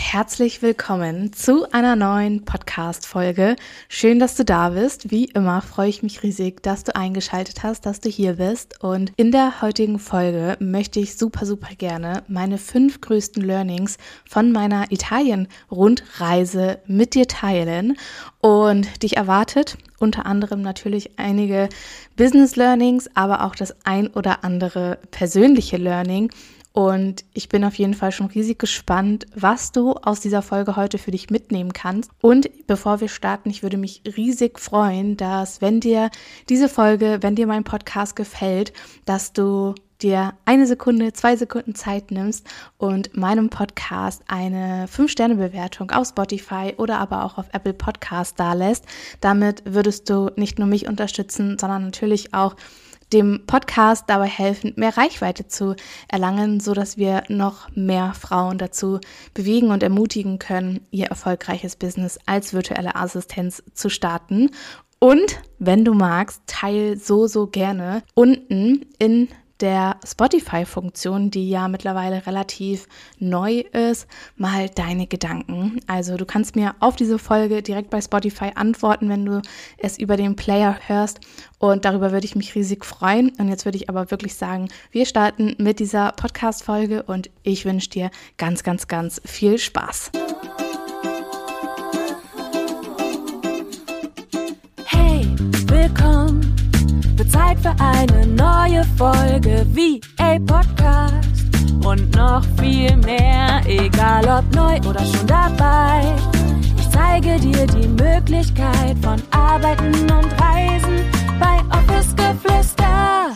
herzlich willkommen zu einer neuen Podcast-Folge. Schön, dass du da bist. Wie immer freue ich mich riesig, dass du eingeschaltet hast, dass du hier bist. Und in der heutigen Folge möchte ich super gerne meine 5 größten Learnings von meiner Italien-Rundreise mit dir teilen. Und dich erwartet unter anderem natürlich einige Business-Learnings, aber auch das ein oder andere persönliche Learning. Und ich bin auf jeden Fall schon riesig gespannt, was du aus dieser Folge heute für dich mitnehmen kannst. Und bevor wir starten, ich würde mich riesig freuen, dass wenn dir diese Folge, wenn dir mein Podcast gefällt, dass du dir 1 Sekunde, 2 Sekunden Zeit nimmst und meinem Podcast eine 5-Sterne-Bewertung auf Spotify oder aber auch auf Apple Podcast dalässt. Damit würdest du nicht nur mich unterstützen, sondern natürlich auch dem Podcast dabei helfen, mehr Reichweite zu erlangen, so dass wir noch mehr Frauen dazu bewegen und ermutigen können, ihr erfolgreiches Business als virtuelle Assistenz zu starten. Und wenn du magst, teil so gerne unten in der Spotify-Funktion, die ja mittlerweile relativ neu ist, mal deine Gedanken. Also du kannst mir auf diese Folge direkt bei Spotify antworten, wenn du es über den Player hörst, und darüber würde ich mich riesig freuen. Und jetzt würde ich aber wirklich sagen, wir starten mit dieser Podcast-Folge und ich wünsche dir ganz viel Spaß. Hey, willkommen! Wird Zeit für eine neue Folge VA Podcast und noch viel mehr, egal ob neu oder schon dabei. Ich zeige dir die Möglichkeit von Arbeiten und Reisen bei Office Geflüster.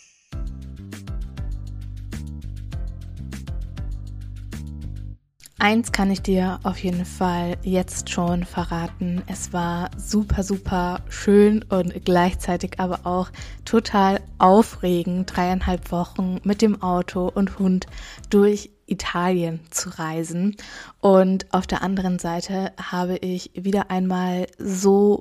Eins kann ich dir auf jeden Fall jetzt schon verraten. Es war super schön und gleichzeitig aber auch total aufregend, 3,5 Wochen mit dem Auto und Hund durch Italien zu reisen. Und auf der anderen Seite habe ich wieder einmal so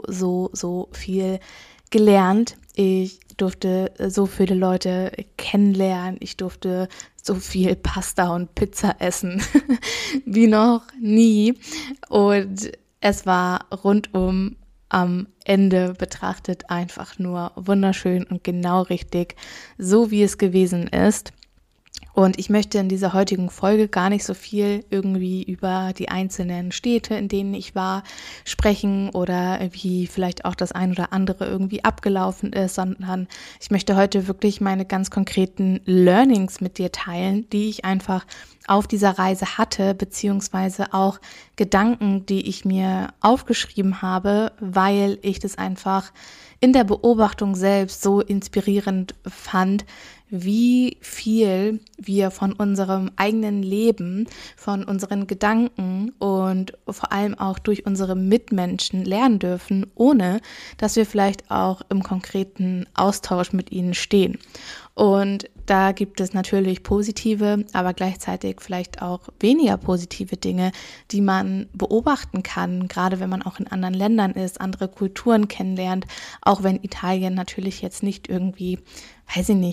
viel gelernt. Ich durfte so viele Leute kennenlernen. Ich durfte so viel Pasta und Pizza essen wie noch nie. Und es war rundum am Ende betrachtet einfach nur wunderschön und genau richtig, so wie es gewesen ist. Und ich möchte in dieser heutigen Folge gar nicht so viel irgendwie über die einzelnen Städte, in denen ich war, sprechen oder wie vielleicht auch das ein oder andere irgendwie abgelaufen ist, sondern ich möchte heute wirklich meine ganz konkreten Learnings mit dir teilen, die ich einfach auf dieser Reise hatte, beziehungsweise auch Gedanken, die ich mir aufgeschrieben habe, weil ich das einfach in der Beobachtung selbst so inspirierend fand, wie viel wir von unserem eigenen Leben, von unseren Gedanken und vor allem auch durch unsere Mitmenschen lernen dürfen, ohne dass wir vielleicht auch im konkreten Austausch mit ihnen stehen. Und da gibt es natürlich positive, aber gleichzeitig vielleicht auch weniger positive Dinge, die man beobachten kann, gerade wenn man auch in anderen Ländern ist, andere Kulturen kennenlernt, auch wenn Italien natürlich jetzt nicht irgendwie, weiß ich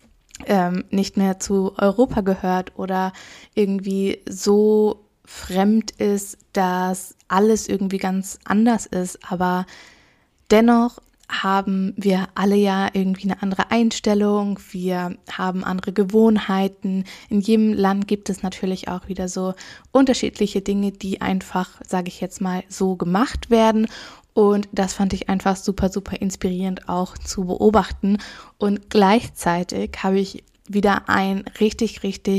nicht mehr zu Europa gehört oder irgendwie so fremd ist, dass alles irgendwie ganz anders ist, aber dennoch haben wir alle ja irgendwie eine andere Einstellung, wir haben andere Gewohnheiten. In jedem Land gibt es natürlich auch wieder so unterschiedliche Dinge, die einfach, sage ich jetzt mal, so gemacht werden. Und das fand ich einfach super inspirierend auch zu beobachten. Und gleichzeitig habe ich wieder einen richtig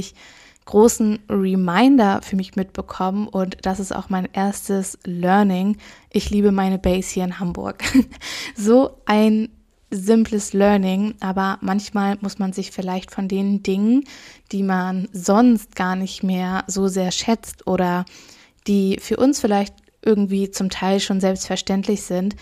großen Reminder für mich mitbekommen, und das ist auch mein erstes Learning. Ich liebe meine Base hier in Hamburg. So ein simples Learning, aber manchmal muss man sich vielleicht von den Dingen, die man sonst gar nicht mehr so sehr schätzt oder die für uns vielleicht irgendwie zum Teil schon selbstverständlich sind,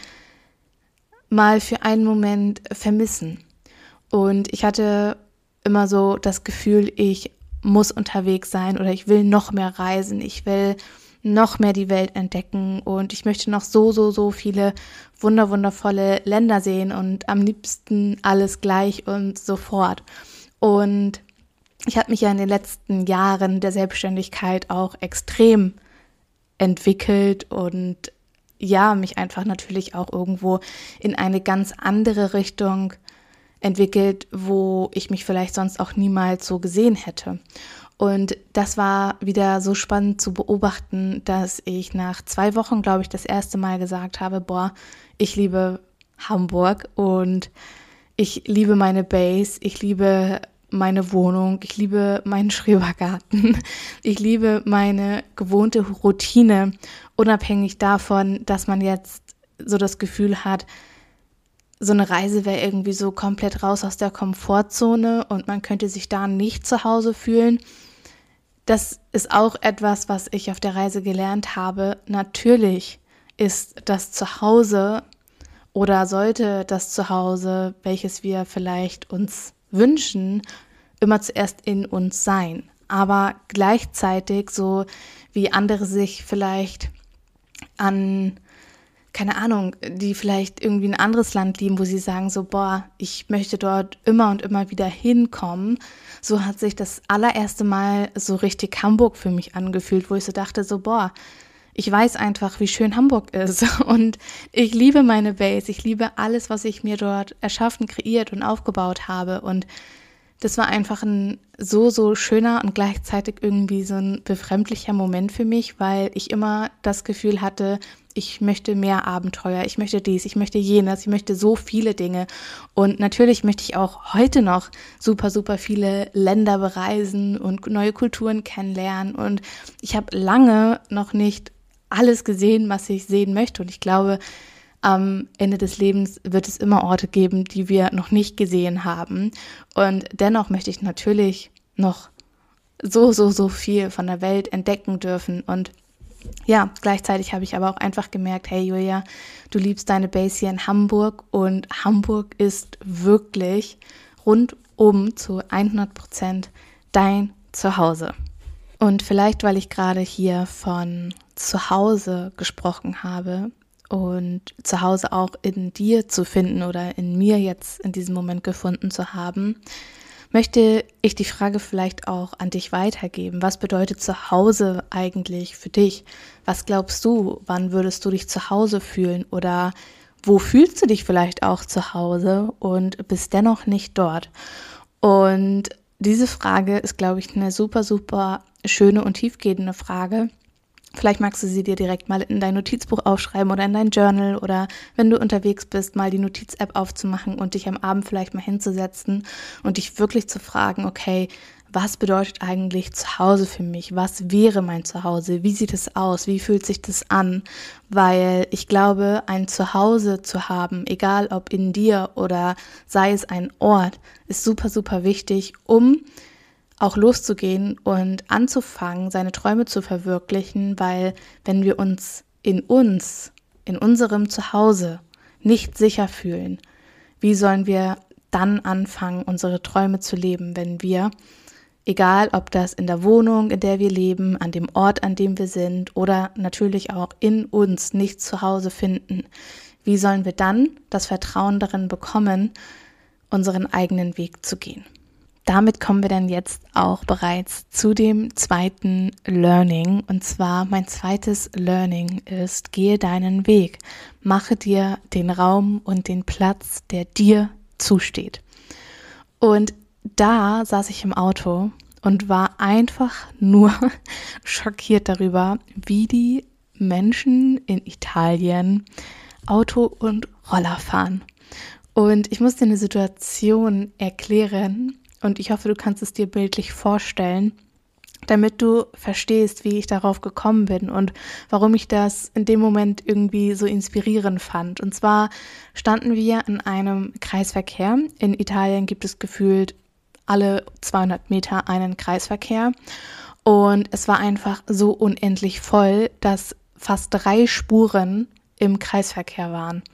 mal für einen Moment vermissen. Und ich hatte immer so das Gefühl, ich muss unterwegs sein oder ich will noch mehr reisen, ich will noch mehr die Welt entdecken und ich möchte noch so viele wundervolle Länder sehen und am liebsten alles gleich und sofort. Und ich habe mich ja in den letzten Jahren der Selbstständigkeit auch extrem entwickelt und ja, mich einfach natürlich auch irgendwo in eine ganz andere Richtung entwickelt, wo ich mich vielleicht sonst auch niemals so gesehen hätte. Und das war wieder so spannend zu beobachten, dass ich nach 2 Wochen, glaube ich, das erste Mal gesagt habe, boah, ich liebe Hamburg und ich liebe meine Base, ich liebe meine Wohnung, ich liebe meinen Schrebergarten, ich liebe meine gewohnte Routine, unabhängig davon, dass man jetzt so das Gefühl hat, so eine Reise wäre irgendwie so komplett raus aus der Komfortzone und man könnte sich da nicht zu Hause fühlen. Das ist auch etwas, was ich auf der Reise gelernt habe. Natürlich ist das Zuhause oder sollte das Zuhause, welches wir vielleicht uns wünschen, immer zuerst in uns sein. Aber gleichzeitig, so wie andere sich vielleicht an, keine Ahnung, die vielleicht irgendwie ein anderes Land lieben, wo sie sagen so, boah, ich möchte dort immer und immer wieder hinkommen. So hat sich das allererste Mal so richtig Hamburg für mich angefühlt, wo ich so dachte so, boah, ich weiß einfach, wie schön Hamburg ist und ich liebe meine Base, ich liebe alles, was ich mir dort erschaffen, kreiert und aufgebaut habe und das war einfach ein so schöner und gleichzeitig irgendwie so ein befremdlicher Moment für mich, weil ich immer das Gefühl hatte, ich möchte mehr Abenteuer, ich möchte dies, ich möchte jenes, ich möchte so viele Dinge und natürlich möchte ich auch heute noch super viele Länder bereisen und neue Kulturen kennenlernen und ich habe lange noch nicht alles gesehen, was ich sehen möchte und ich glaube, am Ende des Lebens wird es immer Orte geben, die wir noch nicht gesehen haben und dennoch möchte ich natürlich noch so viel von der Welt entdecken dürfen und ja, gleichzeitig habe ich aber auch einfach gemerkt, hey Julia, du liebst deine Base hier in Hamburg und Hamburg ist wirklich rundum zu 100% dein Zuhause. Und vielleicht, weil ich gerade hier von Zuhause gesprochen habe und Zuhause auch in dir zu finden oder in mir jetzt in diesem Moment gefunden zu haben, möchte ich die Frage vielleicht auch an dich weitergeben. Was bedeutet Zuhause eigentlich für dich? Was glaubst du, wann würdest du dich zu Hause fühlen? Oder wo fühlst du dich vielleicht auch zu Hause und bist dennoch nicht dort? Und diese Frage ist, glaube ich, eine super schöne und tiefgehende Frage. Vielleicht magst du sie dir direkt mal in dein Notizbuch aufschreiben oder in dein Journal oder wenn du unterwegs bist, mal die Notiz-App aufzumachen und dich am Abend vielleicht mal hinzusetzen und dich wirklich zu fragen, okay, was bedeutet eigentlich Zuhause für mich? Was wäre mein Zuhause? Wie sieht es aus? Wie fühlt sich das an? Weil ich glaube, ein Zuhause zu haben, egal ob in dir oder sei es ein Ort, ist super wichtig, um auch loszugehen und anzufangen, seine Träume zu verwirklichen, weil wenn wir uns in unserem Zuhause nicht sicher fühlen, wie sollen wir dann anfangen, unsere Träume zu leben, wenn wir, egal ob das in der Wohnung, in der wir leben, an dem Ort, an dem wir sind oder natürlich auch in uns nicht zu Hause finden, wie sollen wir dann das Vertrauen darin bekommen, unseren eigenen Weg zu gehen? Damit kommen wir dann jetzt auch bereits zu dem zweiten Learning. Und zwar mein zweites Learning ist, gehe deinen Weg. Mache dir den Raum und den Platz, der dir zusteht. Und da saß ich im Auto und war einfach nur schockiert darüber, wie die Menschen in Italien Auto und Roller fahren. Und ich muss dir eine Situation erklären, und ich hoffe, du kannst es dir bildlich vorstellen, damit du verstehst, wie ich darauf gekommen bin und warum ich das in dem Moment irgendwie so inspirierend fand. Und zwar standen wir in einem Kreisverkehr. In Italien gibt es gefühlt alle 200 Meter einen Kreisverkehr. Und es war einfach so unendlich voll, dass fast 3 Spuren im Kreisverkehr waren.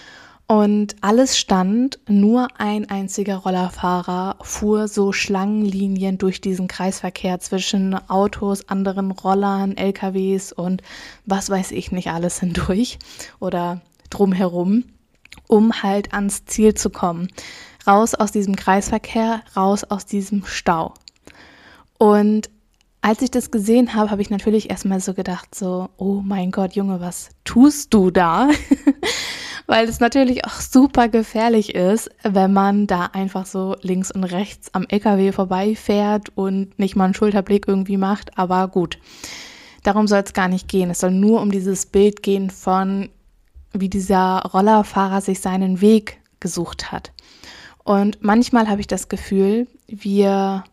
Und alles stand, nur ein einziger Rollerfahrer fuhr so Schlangenlinien durch diesen Kreisverkehr zwischen Autos, anderen Rollern, LKWs und was weiß ich nicht alles hindurch oder drumherum, um halt ans Ziel zu kommen. Raus aus diesem Kreisverkehr, raus aus diesem Stau. Und als ich das gesehen habe, habe ich natürlich erstmal so gedacht, so, oh mein Gott, Junge, was tust du da? Weil es natürlich auch super gefährlich ist, wenn man da einfach so links und rechts am LKW vorbeifährt und nicht mal einen Schulterblick irgendwie macht, aber gut. Darum soll es gar nicht gehen. Es soll nur um dieses Bild gehen von, wie dieser Rollerfahrer sich seinen Weg gesucht hat. Und manchmal habe ich das Gefühl, wir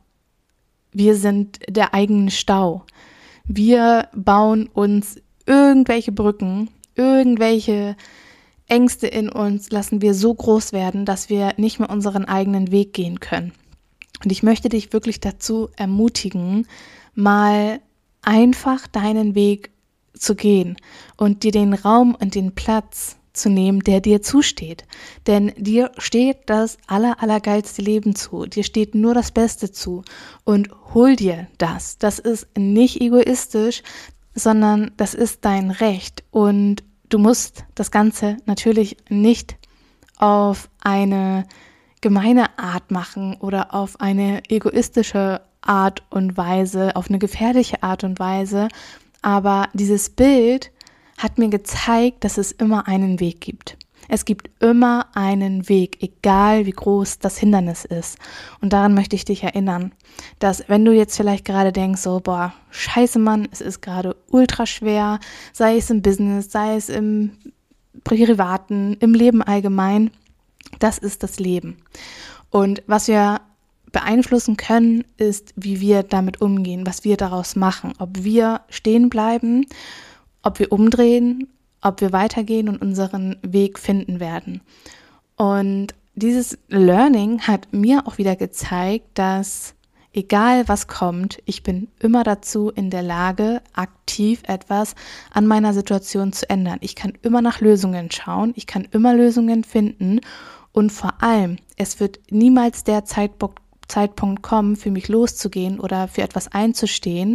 sind der eigene Stau. Wir bauen uns irgendwelche Brücken, irgendwelche Ängste in uns lassen wir so groß werden, dass wir nicht mehr unseren eigenen Weg gehen können. Und ich möchte dich wirklich dazu ermutigen, mal einfach deinen Weg zu gehen und dir den Raum und den Platz zu nehmen, der dir zusteht. Denn dir steht das allergeilste Leben zu. Dir steht nur das Beste zu. Und hol dir das. Das ist nicht egoistisch, sondern das ist dein Recht. Und du musst das Ganze natürlich nicht auf eine gemeine Art machen oder auf eine egoistische Art und Weise, auf eine gefährliche Art und Weise. Aber dieses Bild hat mir gezeigt, dass es immer einen Weg gibt. Es gibt immer einen Weg, egal wie groß das Hindernis ist. Und daran möchte ich dich erinnern, dass wenn du jetzt vielleicht gerade denkst, so, boah, scheiße Mann, es ist gerade ultra schwer, sei es im Business, sei es im Privaten, im Leben allgemein, das ist das Leben. Und was wir beeinflussen können, ist, wie wir damit umgehen, was wir daraus machen, ob wir stehen bleiben, ob wir umdrehen, ob wir weitergehen und unseren Weg finden werden. Und dieses Learning hat mir auch wieder gezeigt, dass egal was kommt, ich bin immer dazu in der Lage, aktiv etwas an meiner Situation zu ändern. Ich kann immer nach Lösungen schauen, ich kann immer Lösungen finden und vor allem, es wird niemals der Zeitpunkt kommen, für mich loszugehen oder für etwas einzustehen,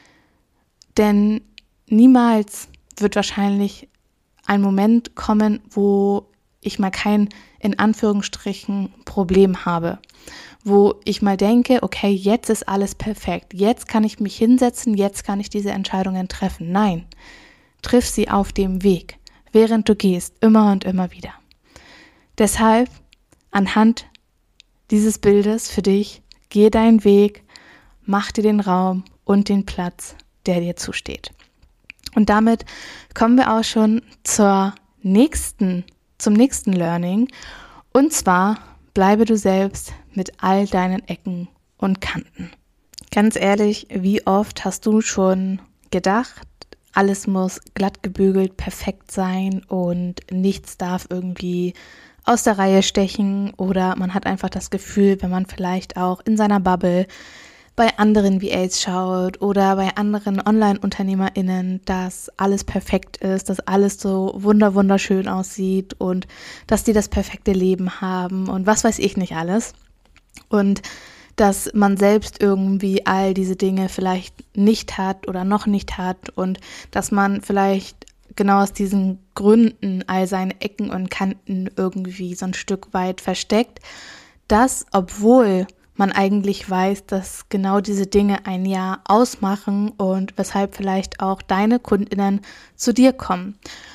denn niemals wird wahrscheinlich ein Moment kommen, wo ich mal kein, in Anführungsstrichen, Problem habe. Wo ich mal denke, okay, jetzt ist alles perfekt. Jetzt kann ich mich hinsetzen, jetzt kann ich diese Entscheidungen treffen. Nein, triff sie auf dem Weg, während du gehst, immer und immer wieder. Deshalb, anhand dieses Bildes für dich, geh deinen Weg, mach dir den Raum und den Platz, der dir zusteht. Und damit kommen wir auch schon zum nächsten Learning. Und zwar, bleibe du selbst mit all deinen Ecken und Kanten. Ganz ehrlich, wie oft hast du schon gedacht, alles muss glatt gebügelt, perfekt sein und nichts darf irgendwie aus der Reihe stechen, oder man hat einfach das Gefühl, wenn man vielleicht auch in seiner Bubble bei anderen VAs schaut oder bei anderen Online-UnternehmerInnen, dass alles perfekt ist, dass alles so wunderschön aussieht und dass die das perfekte Leben haben und was weiß ich nicht alles. Und dass man selbst irgendwie all diese Dinge vielleicht nicht hat oder noch nicht hat und dass man vielleicht genau aus diesen Gründen all seine Ecken und Kanten irgendwie so ein Stück weit versteckt, dass, obwohl man eigentlich weiß, dass genau diese Dinge ein Jahr ausmachen und weshalb vielleicht auch deine KundInnen zu dir kommen.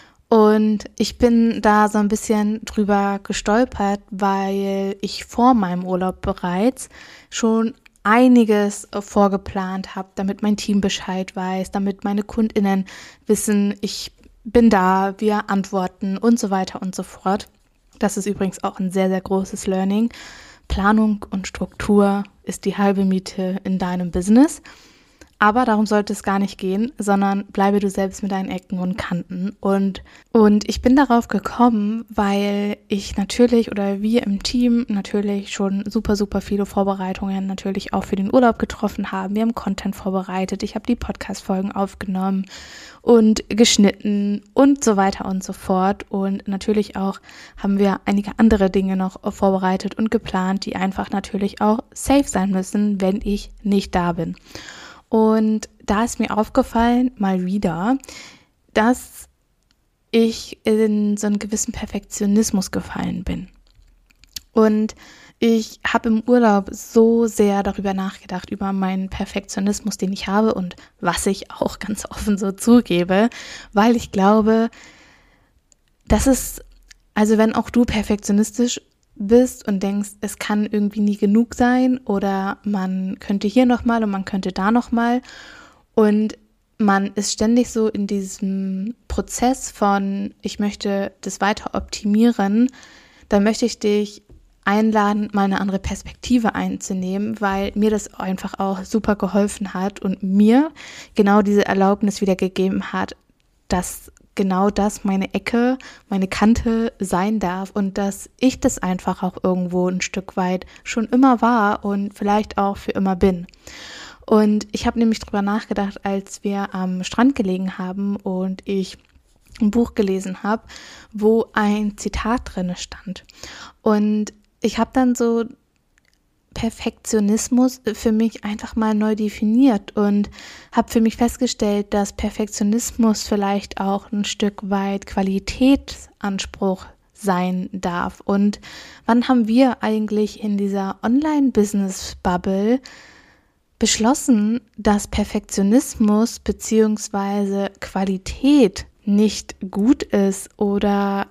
Und ich bin da so ein bisschen drüber gestolpert, weil ich vor meinem Urlaub bereits schon einiges vorgeplant habe, damit mein Team Bescheid weiß, damit meine KundInnen wissen, ich bin da, wir antworten und so weiter und so fort. Das ist übrigens auch ein sehr, sehr großes Learning. Planung und Struktur ist die halbe Miete in deinem Business. Aber darum sollte es gar nicht gehen, sondern bleibe du selbst mit deinen Ecken und Kanten. Und ich bin darauf gekommen, weil ich natürlich oder wir im Team natürlich schon super viele Vorbereitungen natürlich auch für den Urlaub getroffen haben. Wir haben Content vorbereitet, ich habe die Podcast-Folgen aufgenommen und geschnitten und so weiter und so fort. Und natürlich auch haben wir einige andere Dinge noch vorbereitet und geplant, die einfach natürlich auch safe sein müssen, wenn ich nicht da bin. Und da ist mir aufgefallen, mal wieder, dass ich in so einen gewissen Perfektionismus gefallen bin. Und ich habe im Urlaub so sehr darüber nachgedacht, über meinen Perfektionismus, den ich habe und was ich auch ganz offen so zugebe, weil ich glaube, das ist, also wenn auch du perfektionistisch bist und denkst, es kann irgendwie nie genug sein oder man könnte hier nochmal und man könnte da nochmal und man ist ständig so in diesem Prozess von, ich möchte das weiter optimieren, dann möchte ich dich einladen, mal eine andere Perspektive einzunehmen, weil mir das einfach auch super geholfen hat und mir genau diese Erlaubnis wieder gegeben hat, dass genau das meine Ecke, meine Kante sein darf und dass ich das einfach auch irgendwo ein Stück weit schon immer war und vielleicht auch für immer bin. Und ich habe nämlich drüber nachgedacht, als wir am Strand gelegen haben und ich ein Buch gelesen habe, wo ein Zitat drin stand. Und ich habe dann so Perfektionismus für mich einfach mal neu definiert und habe für mich festgestellt, dass Perfektionismus vielleicht auch ein Stück weit Qualitätsanspruch sein darf. Und wann haben wir eigentlich in dieser Online-Business-Bubble beschlossen, dass Perfektionismus bzw. Qualität nicht gut ist oder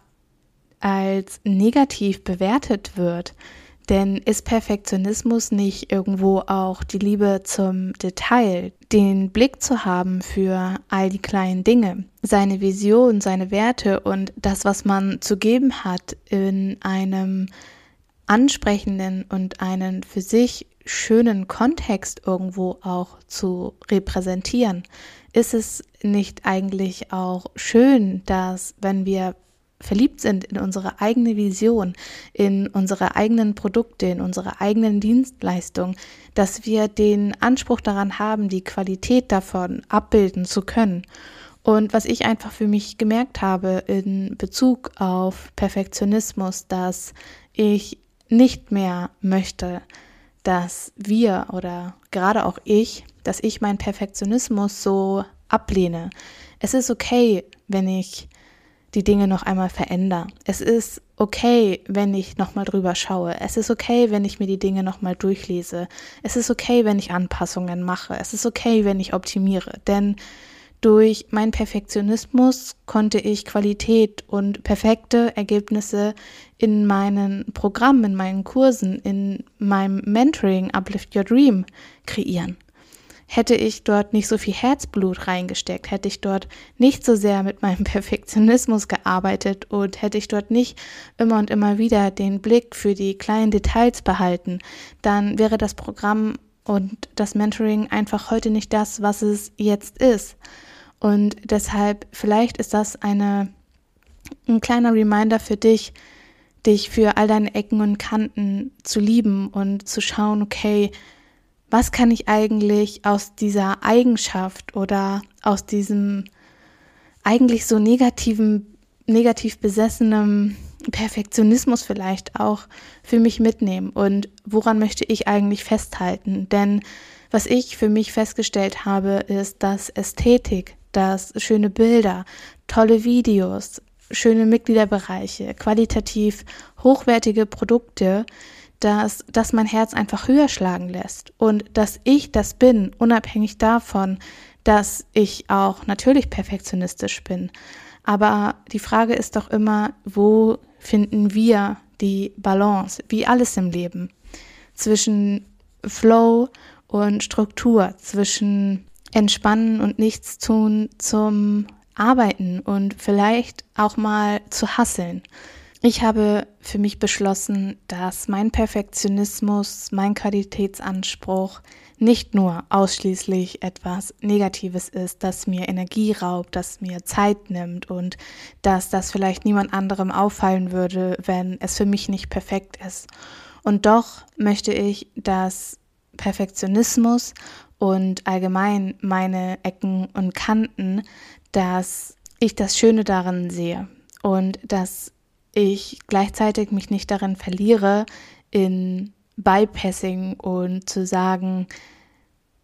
als negativ bewertet wird? Denn ist Perfektionismus nicht irgendwo auch die Liebe zum Detail, den Blick zu haben für all die kleinen Dinge, seine Vision, seine Werte und das, was man zu geben hat, in einem ansprechenden und einen für sich schönen Kontext irgendwo auch zu repräsentieren? Ist es nicht eigentlich auch schön, dass wenn wir verliebt sind in unsere eigene Vision, in unsere eigenen Produkte, in unsere eigenen Dienstleistungen, dass wir den Anspruch daran haben, die Qualität davon abbilden zu können. Und was ich einfach für mich gemerkt habe in Bezug auf Perfektionismus, dass ich nicht mehr möchte, dass wir oder gerade auch ich, dass ich meinen Perfektionismus so ablehne. Es ist okay, wenn ich die Dinge noch einmal verändere. Es ist okay, wenn ich nochmal drüber schaue. Es ist okay, wenn ich mir die Dinge nochmal durchlese. Es ist okay, wenn ich Anpassungen mache. Es ist okay, wenn ich optimiere. Denn durch meinen Perfektionismus konnte ich Qualität und perfekte Ergebnisse in meinen Programmen, in meinen Kursen, in meinem Mentoring Uplift Your Dream kreieren. Hätte ich dort nicht so viel Herzblut reingesteckt, hätte ich dort nicht so sehr mit meinem Perfektionismus gearbeitet und hätte ich dort nicht immer und immer wieder den Blick für die kleinen Details behalten, dann wäre das Programm und das Mentoring einfach heute nicht das, was es jetzt ist. Und deshalb, vielleicht ist das ein kleiner Reminder für dich, dich für all deine Ecken und Kanten zu lieben und zu schauen, okay, was kann ich eigentlich aus dieser Eigenschaft oder aus diesem eigentlich so negativ besessenem Perfektionismus vielleicht auch für mich mitnehmen und woran möchte ich eigentlich festhalten? Denn was ich für mich festgestellt habe, ist, dass Ästhetik, dass schöne Bilder, tolle Videos, schöne Mitgliederbereiche, qualitativ hochwertige Produkte, dass das mein Herz einfach höher schlagen lässt und dass ich das bin, unabhängig davon, dass ich auch natürlich perfektionistisch bin. Aber die Frage ist doch immer, wo finden wir die Balance, wie alles im Leben, zwischen Flow und Struktur, zwischen Entspannen und Nichtstun zum Arbeiten und vielleicht auch mal zu hustlen. Ich habe für mich beschlossen, dass mein Perfektionismus, mein Qualitätsanspruch nicht nur ausschließlich etwas Negatives ist, das mir Energie raubt, das mir Zeit nimmt und dass das vielleicht niemand anderem auffallen würde, wenn es für mich nicht perfekt ist. Und doch möchte ich, dass Perfektionismus und allgemein meine Ecken und Kanten, dass ich das Schöne darin sehe und dass ich gleichzeitig mich nicht darin verliere, in Bypassing und zu sagen,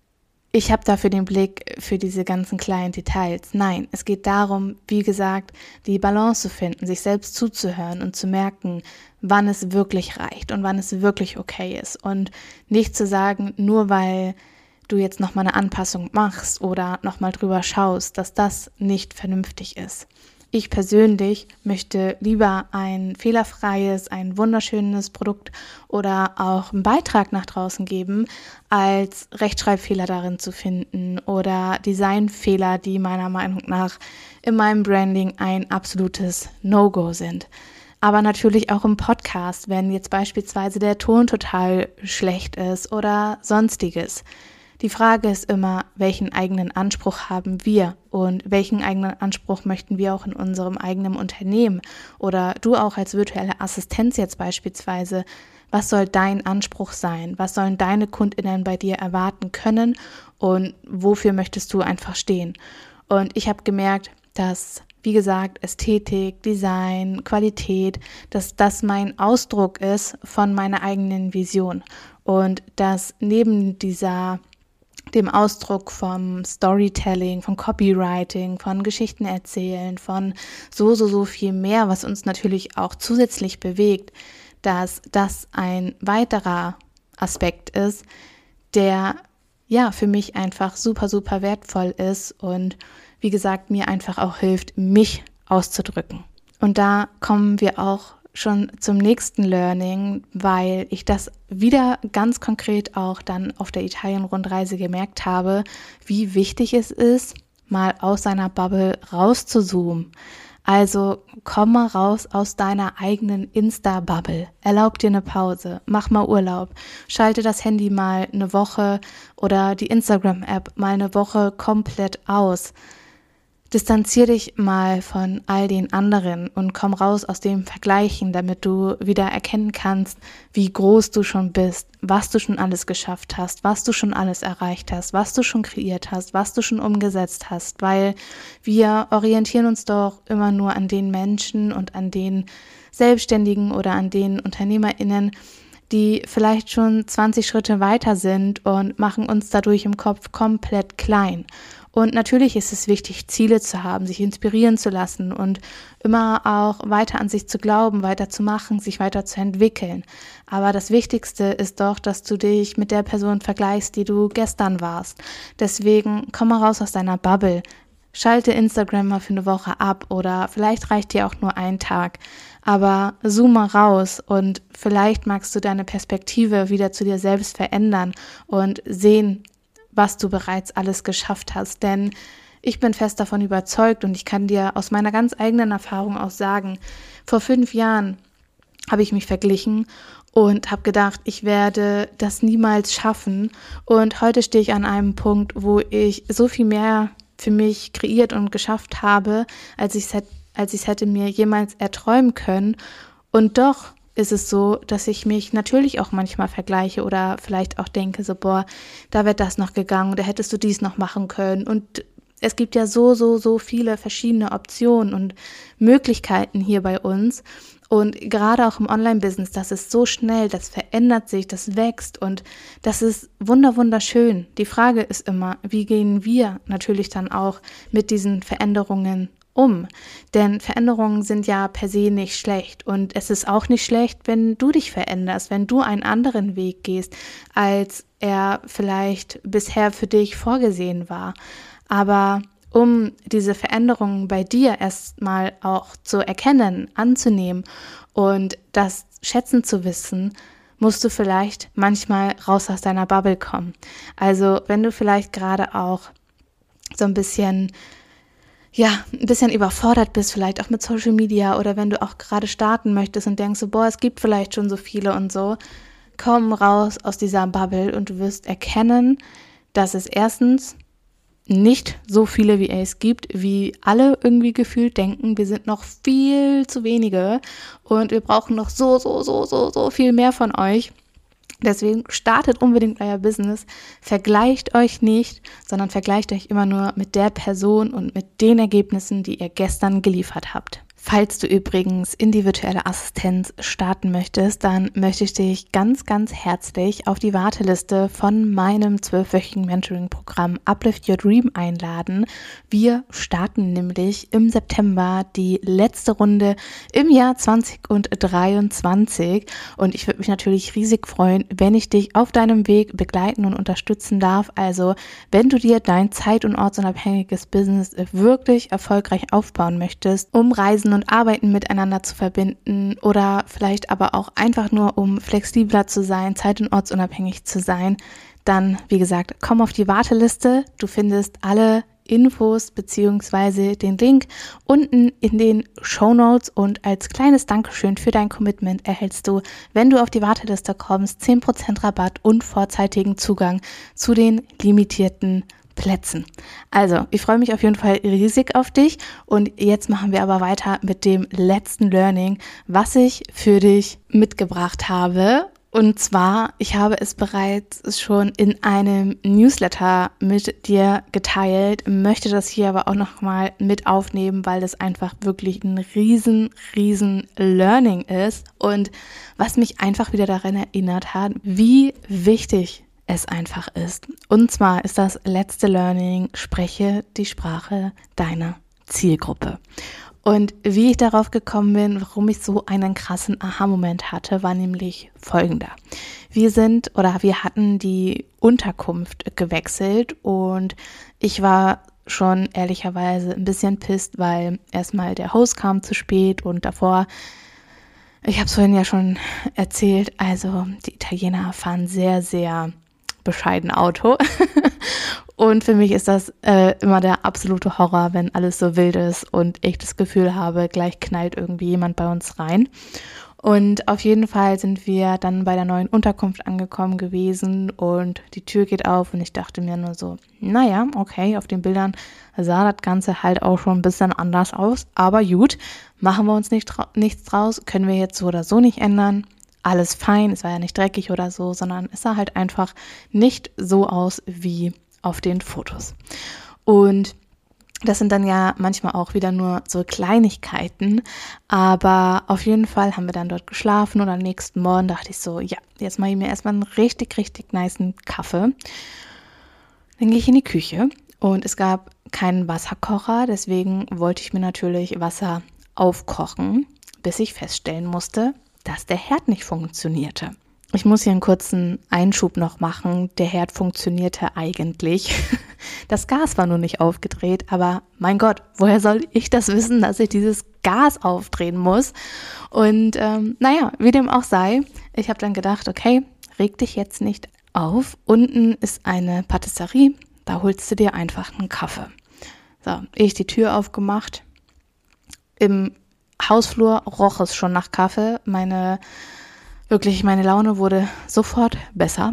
ich habe dafür den Blick für diese ganzen kleinen Details. Nein, es geht darum, wie gesagt, die Balance zu finden, sich selbst zuzuhören und zu merken, wann es wirklich reicht und wann es wirklich okay ist. Und nicht zu sagen, nur weil du jetzt nochmal eine Anpassung machst oder nochmal drüber schaust, dass das nicht vernünftig ist. Ich persönlich möchte lieber ein fehlerfreies, ein wunderschönes Produkt oder auch einen Beitrag nach draußen geben, als Rechtschreibfehler darin zu finden oder Designfehler, die meiner Meinung nach in meinem Branding ein absolutes No-Go sind. Aber natürlich auch im Podcast, wenn jetzt beispielsweise der Ton total schlecht ist oder sonstiges. Die Frage ist immer, welchen eigenen Anspruch haben wir und welchen eigenen Anspruch möchten wir auch in unserem eigenen Unternehmen oder du auch als virtuelle Assistenz jetzt beispielsweise. Was soll dein Anspruch sein? Was sollen deine KundInnen bei dir erwarten können und wofür möchtest du einfach stehen? Und ich habe gemerkt, dass, wie gesagt, Ästhetik, Design, Qualität, dass das mein Ausdruck ist von meiner eigenen Vision und dass neben dem Ausdruck vom Storytelling, von Copywriting, von Geschichten erzählen, von so viel mehr, was uns natürlich auch zusätzlich bewegt, dass das ein weiterer Aspekt ist, der ja für mich einfach super wertvoll ist und wie gesagt mir einfach auch hilft, mich auszudrücken. Und da kommen wir auch schon zum nächsten Learning, weil ich das wieder ganz konkret auch dann auf der Italien-Rundreise gemerkt habe, wie wichtig es ist, mal aus seiner Bubble rauszuzoomen. Also komm mal raus aus deiner eigenen Insta-Bubble, erlaub dir eine Pause, mach mal Urlaub, schalte das Handy mal eine Woche oder die Instagram-App mal eine Woche komplett aus. Distanzier dich mal von all den anderen und komm raus aus dem Vergleichen, damit du wieder erkennen kannst, wie groß du schon bist, was du schon alles geschafft hast, was du schon alles erreicht hast, was du schon kreiert hast, was du schon umgesetzt hast, weil wir orientieren uns doch immer nur an den Menschen und an den Selbstständigen oder an den UnternehmerInnen, die vielleicht schon 20 Schritte weiter sind und machen uns dadurch im Kopf komplett klein. Und natürlich ist es wichtig, Ziele zu haben, sich inspirieren zu lassen und immer auch weiter an sich zu glauben, weiter zu machen, sich weiter zu entwickeln. Aber das Wichtigste ist doch, dass du dich mit der Person vergleichst, die du gestern warst. Deswegen komm mal raus aus deiner Bubble. Schalte Instagram mal für eine Woche ab oder vielleicht reicht dir auch nur ein Tag. Aber zoom mal raus und vielleicht magst du deine Perspektive wieder zu dir selbst verändern und sehen, was du bereits alles geschafft hast. Denn ich bin fest davon überzeugt und ich kann dir aus meiner ganz eigenen Erfahrung auch sagen, vor 5 Jahren habe ich mich verglichen und habe gedacht, ich werde das niemals schaffen. Und heute stehe ich an einem Punkt, wo ich so viel mehr für mich kreiert und geschafft habe, als ich es hätte mir jemals erträumen können. Und doch ist es so, dass ich mich natürlich auch manchmal vergleiche oder vielleicht auch denke, so boah, da wäre das noch gegangen, da hättest du dies noch machen können. Und es gibt ja so viele verschiedene Optionen und Möglichkeiten hier bei uns. Und gerade auch im Online-Business, das ist so schnell, das verändert sich, das wächst und das ist wunderschön. Die Frage ist immer, wie gehen wir natürlich dann auch mit diesen Veränderungen um? Denn Veränderungen sind ja per se nicht schlecht und es ist auch nicht schlecht, wenn du dich veränderst, wenn du einen anderen Weg gehst, als er vielleicht bisher für dich vorgesehen war. Aber um diese Veränderungen bei dir erstmal auch zu erkennen, anzunehmen und das schätzen zu wissen, musst du vielleicht manchmal raus aus deiner Bubble kommen. Also wenn du vielleicht gerade auch so ein bisschen überfordert bist, vielleicht auch mit Social Media oder wenn du auch gerade starten möchtest und denkst so, boah, es gibt vielleicht schon so viele und so, komm raus aus dieser Bubble und du wirst erkennen, dass es erstens nicht so viele wie es gibt, wie alle irgendwie gefühlt denken. Wir sind noch viel zu wenige und wir brauchen noch so viel mehr von euch. Deswegen startet unbedingt euer Business, vergleicht euch nicht, sondern vergleicht euch immer nur mit der Person und mit den Ergebnissen, die ihr gestern geliefert habt. Falls du übrigens in die virtuelle Assistenz starten möchtest, dann möchte ich dich ganz, ganz herzlich auf die Warteliste von meinem 12-wöchigen Mentoring-Programm Uplift Your Dream einladen. Wir starten nämlich im September die letzte Runde im Jahr 2023 und ich würde mich natürlich riesig freuen, wenn ich dich auf deinem Weg begleiten und unterstützen darf. Also wenn du dir dein zeit- und ortsunabhängiges Business wirklich erfolgreich aufbauen möchtest, um Reisen und Arbeiten miteinander zu verbinden oder vielleicht aber auch einfach nur, um flexibler zu sein, zeit- und ortsunabhängig zu sein, dann, wie gesagt, komm auf die Warteliste. Du findest alle Infos bzw. den Link unten in den Shownotes und als kleines Dankeschön für dein Commitment erhältst du, wenn du auf die Warteliste kommst, 10% Rabatt und vorzeitigen Zugang zu den limitierten Plätzen. Also, ich freue mich auf jeden Fall riesig auf dich und jetzt machen wir aber weiter mit dem letzten Learning, was ich für dich mitgebracht habe. Und zwar, ich habe es bereits schon in einem Newsletter mit dir geteilt, möchte das hier aber auch nochmal mit aufnehmen, weil das einfach wirklich ein riesen Learning ist und was mich einfach wieder daran erinnert hat, wie wichtig es einfach ist. Und zwar ist das letzte Learning, spreche die Sprache deiner Zielgruppe. Und wie ich darauf gekommen bin, warum ich so einen krassen Aha-Moment hatte, war nämlich folgender. Wir hatten die Unterkunft gewechselt und ich war schon ehrlicherweise ein bisschen pisst, weil erstmal der Host kam zu spät und davor, ich habe es vorhin ja schon erzählt, also die Italiener fahren sehr, sehr bescheiden Auto und für mich ist das immer der absolute Horror, wenn alles so wild ist und ich das Gefühl habe, gleich knallt irgendwie jemand bei uns rein. Und auf jeden Fall sind wir dann bei der neuen Unterkunft angekommen gewesen und die Tür geht auf und ich dachte mir nur so, naja, okay, auf den Bildern sah das Ganze halt auch schon ein bisschen anders aus, aber gut, machen wir uns nichts draus, können wir jetzt so oder so nicht ändern. Alles fein, es war ja nicht dreckig oder so, sondern es sah halt einfach nicht so aus wie auf den Fotos. Und das sind dann ja manchmal auch wieder nur so Kleinigkeiten, aber auf jeden Fall haben wir dann dort geschlafen und am nächsten Morgen dachte ich so, ja, jetzt mache ich mir erstmal einen richtig nicen Kaffee. Dann gehe ich in die Küche und es gab keinen Wasserkocher, deswegen wollte ich mir natürlich Wasser aufkochen, bis ich feststellen musste, dass der Herd nicht funktionierte. Ich muss hier einen kurzen Einschub noch machen. Der Herd funktionierte eigentlich. Das Gas war nur nicht aufgedreht, aber mein Gott, woher soll ich das wissen, dass ich dieses Gas aufdrehen muss? Und wie dem auch sei, ich habe dann gedacht, okay, reg dich jetzt nicht auf. Unten ist eine Patisserie, da holst du dir einfach einen Kaffee. So, ich die Tür aufgemacht. Im Hausflur roch es schon nach Kaffee. Meine Laune wurde sofort besser.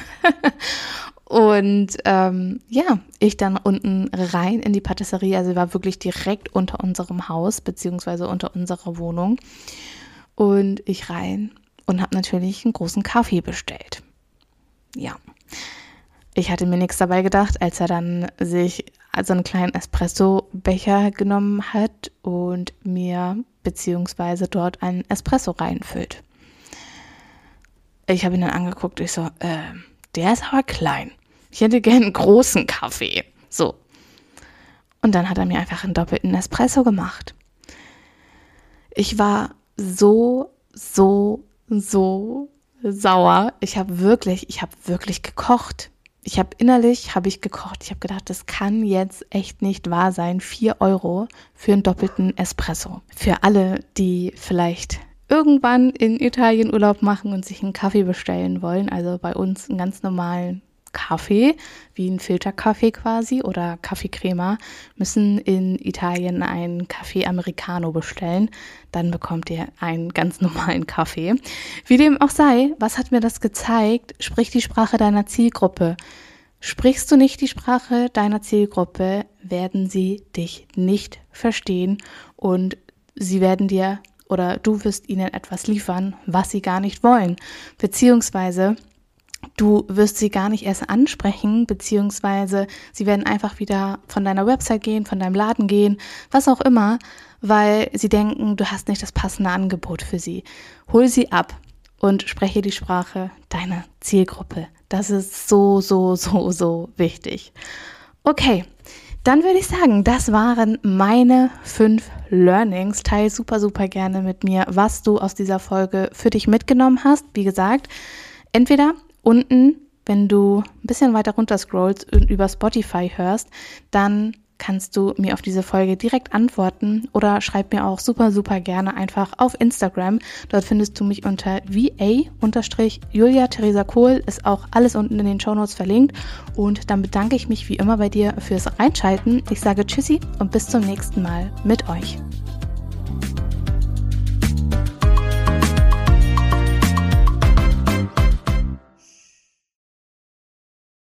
Und ich dann unten rein in die Patisserie. Also sie war wirklich direkt unter unserem Haus, beziehungsweise unter unserer Wohnung. Und ich rein und habe natürlich einen großen Kaffee bestellt. Ja, ich hatte mir nichts dabei gedacht, als er dann sich so einen kleinen Espresso-Becher genommen hat und mir beziehungsweise dort einen Espresso reinfüllt. Ich habe ihn dann angeguckt, ich so, der ist aber klein. Ich hätte gerne einen großen Kaffee. So. Und dann hat er mir einfach einen doppelten Espresso gemacht. Ich war so sauer. Ich habe wirklich gekocht. Ich habe gekocht. Ich habe gedacht, das kann jetzt echt nicht wahr sein. 4 € für einen doppelten Espresso. Für alle, die vielleicht irgendwann in Italien Urlaub machen und sich einen Kaffee bestellen wollen. Also bei uns einen ganz normalen Kaffee, wie ein Filterkaffee quasi oder Kaffeecrema, müssen in Italien einen Kaffee Americano bestellen. Dann bekommt ihr einen ganz normalen Kaffee. Wie dem auch sei, was hat mir das gezeigt? Sprich die Sprache deiner Zielgruppe. Sprichst du nicht die Sprache deiner Zielgruppe, werden sie dich nicht verstehen und sie werden dir oder du wirst ihnen etwas liefern, was sie gar nicht wollen, beziehungsweise du wirst sie gar nicht erst ansprechen, beziehungsweise sie werden einfach wieder von deiner Website gehen, von deinem Laden gehen, was auch immer, weil sie denken, du hast nicht das passende Angebot für sie. Hol sie ab und spreche die Sprache deiner Zielgruppe. Das ist so wichtig. Okay, dann würde ich sagen, das waren meine 5 Learnings. Teil super gerne mit mir, was du aus dieser Folge für dich mitgenommen hast. Wie gesagt, entweder unten, wenn du ein bisschen weiter runter scrollst und über Spotify hörst, dann kannst du mir auf diese Folge direkt antworten oder schreib mir auch super gerne einfach auf Instagram. Dort findest du mich unter VA_Julia Theresa Kohl, ist auch alles unten in den Shownotes verlinkt. Und dann bedanke ich mich wie immer bei dir fürs Reinschalten. Ich sage Tschüssi und bis zum nächsten Mal mit euch.